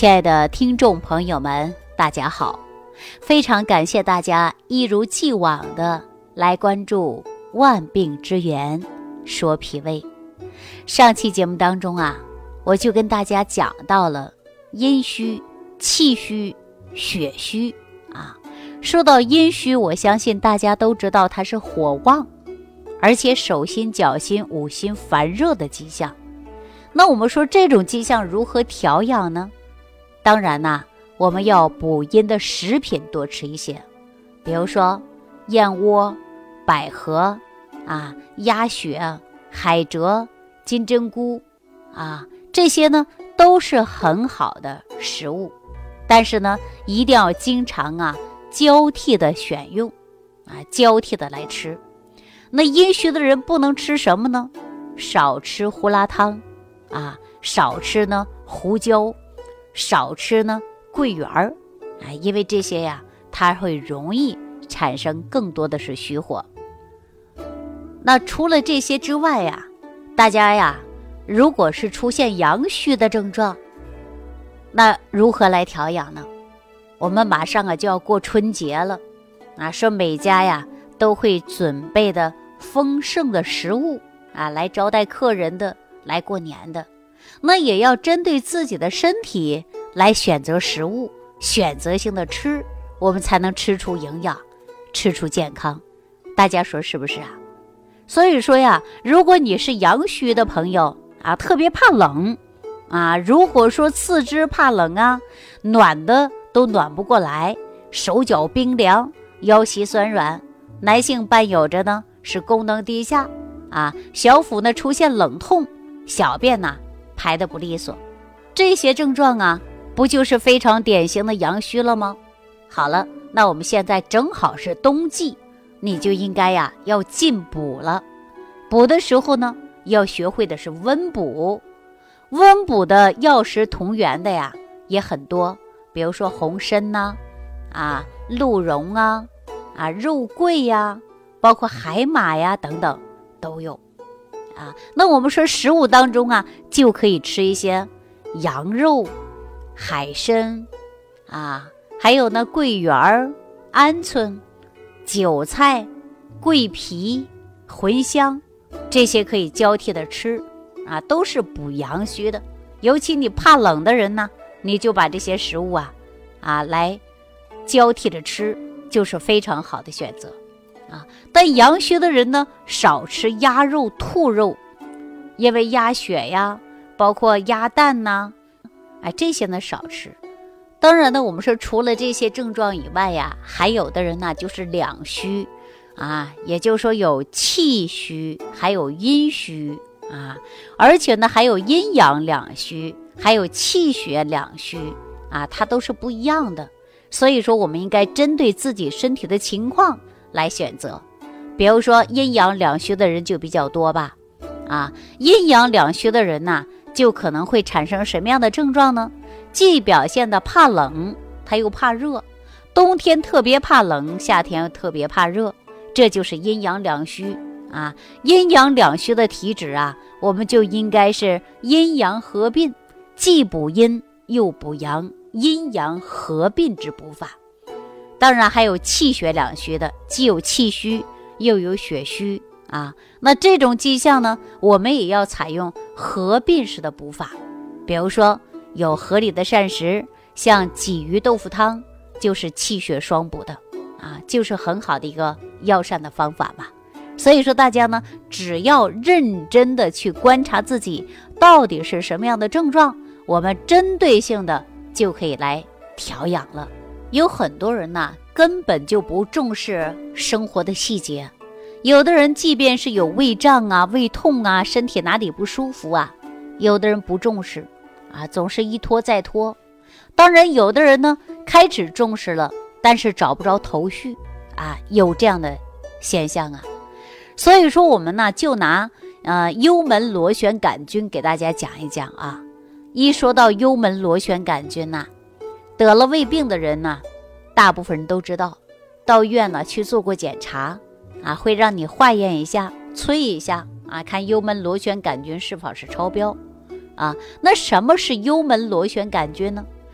亲爱的听众朋友们，大家好，非常感谢大家一如既往的来关注万病之源说脾胃。上期节目当中啊，我就跟大家讲到了阴虚、气虚、血虚啊。说到阴虚，我相信大家都知道它是火旺，而且手心、脚心、五心烦热的迹象。那我们说这种迹象如何调养呢？当然啦，我们要补阴的食品多吃一些，比如说燕窝、百合啊、鸭血、海蜇、金针菇啊，这些呢都是很好的食物。但是呢，一定要经常交替的选用交替的来吃。那阴虚的人不能吃什么呢？少吃胡辣汤少吃呢胡椒，少吃呢桂圆因为这些它会容易产生更多的是虚火。那除了这些之外大家如果是出现阳虚的症状，那如何来调养呢？我们马上就要过春节了说每家都会准备的丰盛的食物来招待客人的，来过年的。那也要针对自己的身体来选择食物，选择性的吃，我们才能吃出营养，吃出健康。大家说是不是所以说如果你是阳虚的朋友特别怕冷如果说四肢怕冷暖的都暖不过来，手脚冰凉，腰膝酸软，男性伴有着呢是功能低下小腹呢出现冷痛，小便排得不利索，这些症状不就是非常典型的阳虚了吗？好了，那我们现在正好是冬季，你就应该要进补了。补的时候呢，要学会的是温补。温补的药食同源的也很多，比如说红参鹿茸肉桂包括海马等等都有那我们说食物当中就可以吃一些羊肉、海参还有呢桂圆、鹌鹑、韭菜、桂皮、茴香，这些可以交替的吃都是补阳虚的。尤其你怕冷的人呢，你就把这些食物来交替着吃，就是非常好的选择但阳虚的人呢，少吃鸭肉、兔肉，因为鸭血包括鸭蛋这些呢少吃。当然呢，我们说除了这些症状以外还有的人呢就是两虚也就是说有气虚，还有阴虚而且呢还有阴阳两虚，还有气血两虚它都是不一样的。所以说我们应该针对自己身体的情况来选择。比如说阴阳两虚的人就比较多吧阴阳两虚的人就可能会产生什么样的症状呢？既表现的怕冷，他又怕热，冬天特别怕冷，夏天又特别怕热，这就是阴阳两虚阴阳两虚的体质我们就应该是阴阳合并，既补阴又补阳，阴阳合并之补法。当然还有气血两虚的，既有气虚又有血虚那这种迹象呢，我们也要采用合并式的补法。比如说有合理的膳食，像鲫鱼豆腐汤就是气血双补的就是很好的一个药膳的方法嘛。所以说大家呢，只要认真的去观察自己到底是什么样的症状，我们针对性的就可以来调养了。有很多人根本就不重视生活的细节，有的人即便是有胃胀胃痛身体哪里不舒服有的人不重视总是一拖再拖。当然有的人呢开始重视了，但是找不着头绪有这样的现象所以说我们呢就拿幽门螺旋杆菌给大家讲一讲一说到幽门螺旋杆菌得了胃病的人大部分人都知道，到医院去做过检查会让你化验一下，催一下看幽门螺旋杆菌是否是超标那什么是幽门螺旋杆菌呢？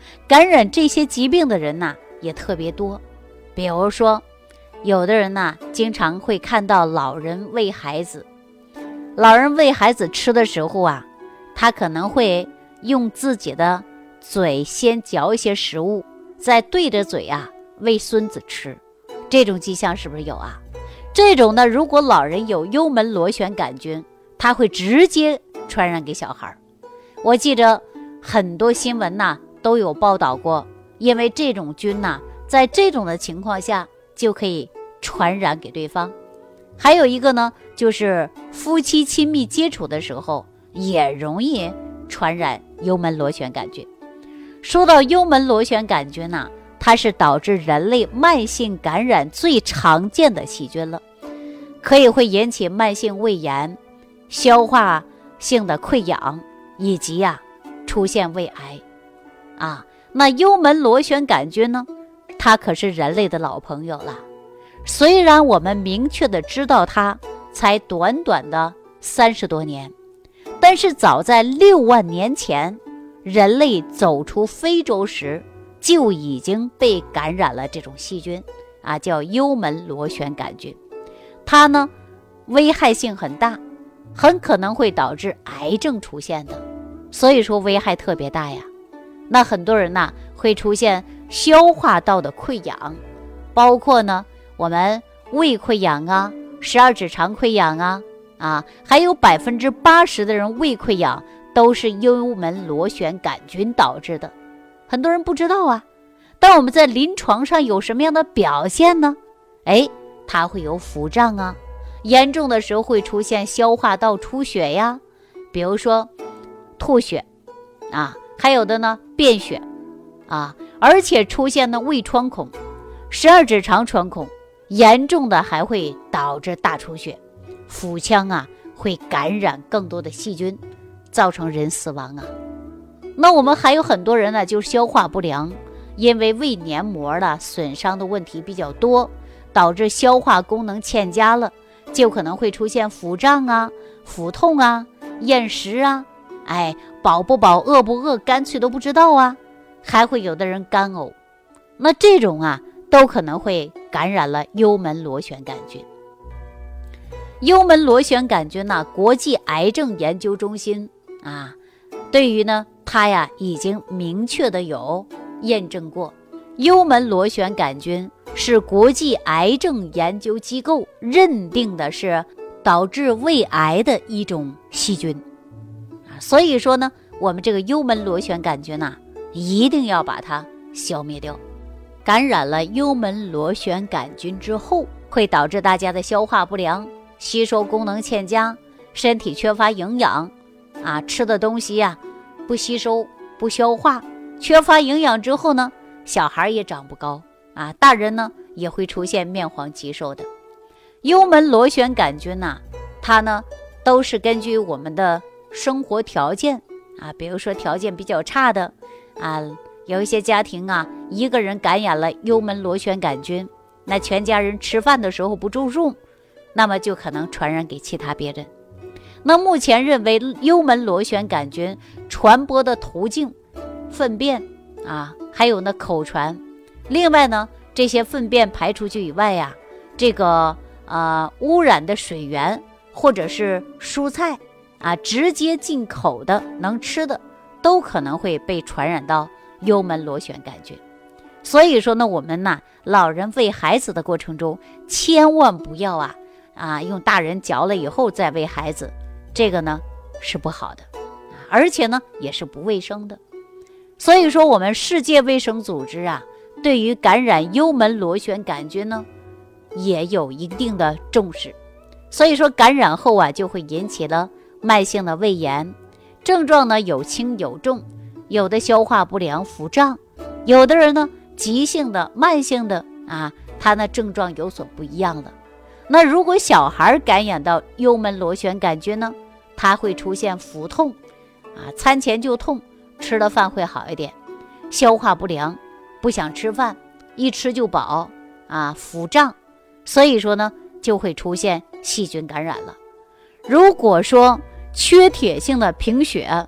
感染这些疾病的人也特别多。比如说有的人经常会看到老人喂孩子，老人喂孩子吃的时候他可能会用自己的嘴先嚼一些食物，再对着嘴喂孙子吃，这种迹象是不是有这种呢，如果老人有幽门螺旋杆菌，他会直接传染给小孩。我记着很多新闻都有报道过，因为这种菌在这种的情况下就可以传染给对方。还有一个呢，就是夫妻亲密接触的时候也容易传染幽门螺旋杆菌。说到幽门螺旋杆菌它是导致人类慢性感染最常见的细菌了，可以会引起慢性胃炎、消化性的溃疡，以及出现胃癌那幽门螺旋杆菌呢，它可是人类的老朋友了。虽然我们明确的知道它才短短的30多年，但是早在6万年前，人类走出非洲时就已经被感染了这种细菌叫幽门螺旋杆菌。它呢危害性很大，很可能会导致癌症出现的，所以说危害特别大呀。那很多人会出现消化道的溃疡，包括呢我们胃溃疡12指肠溃疡还有80%的人胃溃疡都是幽门螺旋杆菌导致的。很多人不知道但我们在临床上有什么样的表现呢？它会有腹胀严重的时候会出现消化道出血呀，比如说吐血还有的呢便血而且出现的胃穿孔、12指肠穿孔，严重的还会导致大出血，腹腔会感染更多的细菌，造成人死亡那我们还有很多人就是消化不良，因为胃黏膜的损伤的问题比较多，导致消化功能欠佳了，就可能会出现腹胀腹痛厌食饱不饱饿不饿干脆都不知道还会有的人干呕。那这种都可能会感染了幽门螺旋杆菌。幽门螺旋杆菌国际癌症研究中心对于呢它已经明确的有验证过，幽门螺旋杆菌是国际癌症研究机构认定的是导致胃癌的一种细菌所以说呢，我们这个幽门螺旋杆菌一定要把它消灭掉。感染了幽门螺旋杆菌之后，会导致大家的消化不良、吸收功能欠佳、身体缺乏营养吃的东西不吸收不消化，缺乏营养之后呢，小孩也长不高大人呢也会出现面黄肌瘦的。幽门螺旋杆菌它呢都是根据我们的生活条件比如说条件比较差的有一些家庭一个人感染了幽门螺旋杆菌，那全家人吃饭的时候不注重，那么就可能传染给其他别人。那目前认为幽门螺旋杆菌传播的途径，粪便还有呢口传。另外呢，这些粪便排出去以外这个污染的水源或者是蔬菜直接进口的能吃的，都可能会被传染到幽门螺旋杆菌。所以说呢，我们老人喂孩子的过程中，千万不要用大人嚼了以后再喂孩子，这个呢是不好的而且呢也是不卫生的。所以说我们世界卫生组织对于感染幽门螺旋杆菌呢也有一定的重视。所以说感染后就会引起了慢性的胃炎，症状呢有轻有重，有的消化不良腹胀，有的人呢急性的慢性的他呢症状有所不一样了。那如果小孩感染到幽门螺旋杆菌呢，他会出现腹痛餐前就痛，吃了饭会好一点，消化不良，不想吃饭，一吃就饱腹胀，所以说呢就会出现细菌感染了。如果说缺铁性的贫血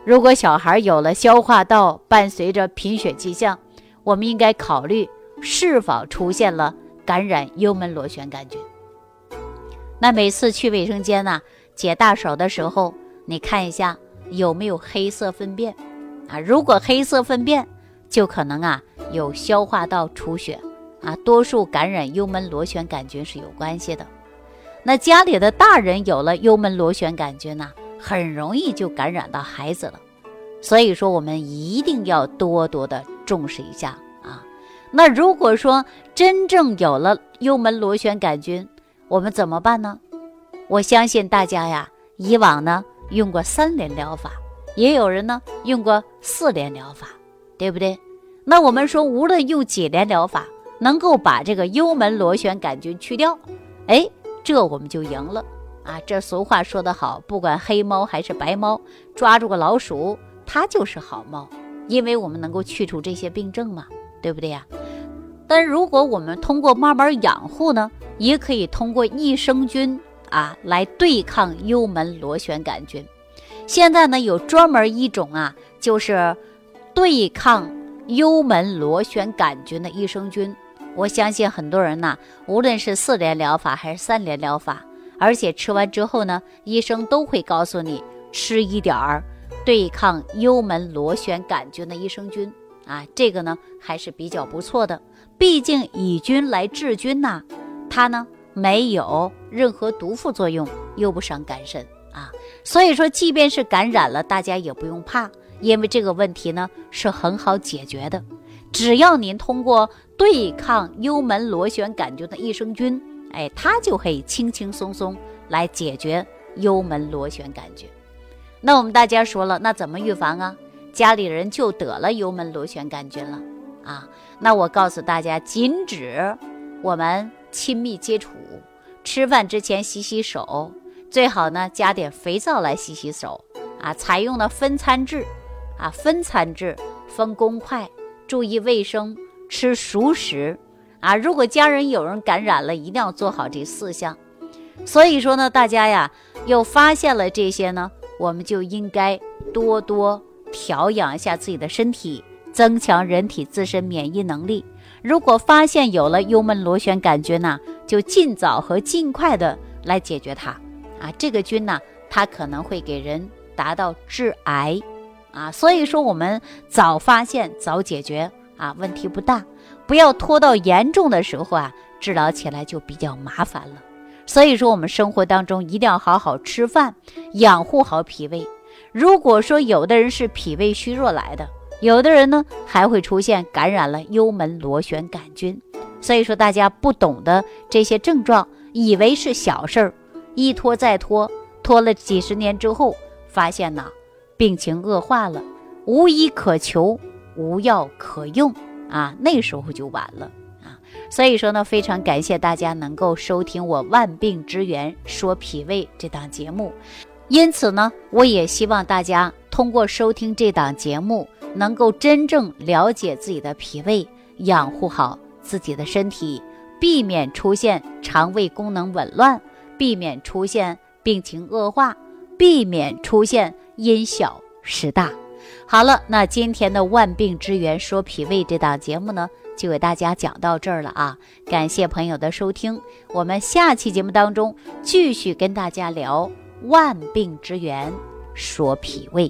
如果小孩有了消化道伴随着贫血迹象，我们应该考虑是否出现了感染幽门螺旋杆菌。那每次去卫生间呢，解大手的时候，你看一下有没有黑色粪便啊？如果黑色粪便，就可能有消化道出血啊，多数感染幽门螺旋杆菌是有关系的。那家里的大人有了幽门螺旋杆菌很容易就感染到孩子了。所以说我们一定要多多的重视一下啊。那如果说真正有了幽门螺旋杆菌，我们怎么办呢？我相信大家以往用过3联疗法，也有人用过4联疗法，对不对？那我们说无论用几联疗法，能够把这个幽门螺旋杆菌去掉，这我们就赢了啊。这俗话说得好，不管黑猫还是白猫，抓住个老鼠它就是好猫，因为我们能够去除这些病症嘛，对不对呀？但如果我们通过慢慢养护呢，也可以通过益生菌来对抗幽门螺旋杆菌。现在有专门一种就是对抗幽门螺旋杆菌的益生菌。我相信很多人无论是4联疗法还是3联疗法，而且吃完之后医生都会告诉你吃一点对抗幽门螺旋杆菌的益生菌这个还是比较不错的。毕竟以菌来治菌它没有任何毒副作用，又不伤肝肾所以说即便是感染了，大家也不用怕，因为这个问题是很好解决的。只要您通过对抗幽门螺旋杆菌的益生菌，它就可以轻轻松松来解决幽门螺旋杆菌。那我们大家说了，那怎么预防家里人就得了幽门螺旋杆菌了那我告诉大家，禁止我们亲密接触，吃饭之前洗洗手，最好加点肥皂来洗洗手采用了分餐制分公筷，注意卫生，吃熟食如果家人有人感染了，一定要做好这4项。所以说大家又发现了这些我们就应该多多调养一下自己的身体，增强人体自身免疫能力。如果发现有了幽门螺旋杆菌就尽早和尽快的来解决它这个菌它可能会给人达到致癌所以说我们早发现早解决问题不大，不要拖到严重的时候治疗起来就比较麻烦了。所以说我们生活当中一定要好好吃饭，养护好脾胃。如果说有的人是脾胃虚弱来的，有的人还会出现感染了幽门螺旋杆菌。所以说大家不懂得这些症状，以为是小事儿，一拖再拖，拖了几十年之后，发现病情恶化了，无医可求，无药可用那时候就晚了所以说非常感谢大家能够收听我万病之源说脾胃这档节目。因此我也希望大家通过收听这档节目，能够真正了解自己的脾胃，养护好自己的身体，避免出现肠胃功能紊乱，避免出现病情恶化，避免出现因小失大。好了，那今天的万病之源说脾胃这档节目就给大家讲到这儿了感谢朋友的收听，我们下期节目当中继续跟大家聊万病之源说脾胃。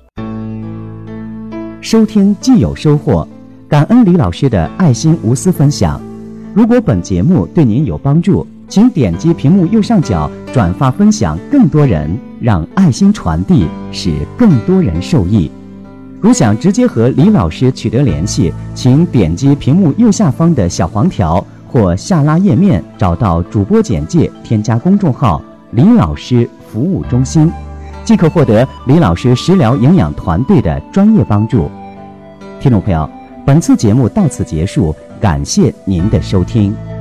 收听既有收获，感恩李老师的爱心无私分享。如果本节目对您有帮助，请点击屏幕右上角转发分享，更多人，让爱心传递，使更多人受益。如想直接和李老师取得联系，请点击屏幕右下方的小黄条或下拉页面，找到主播简介，添加公众号李老师服务中心，即可获得李老师食疗营养团队的专业帮助。听众朋友，本次节目到此结束，感谢您的收听。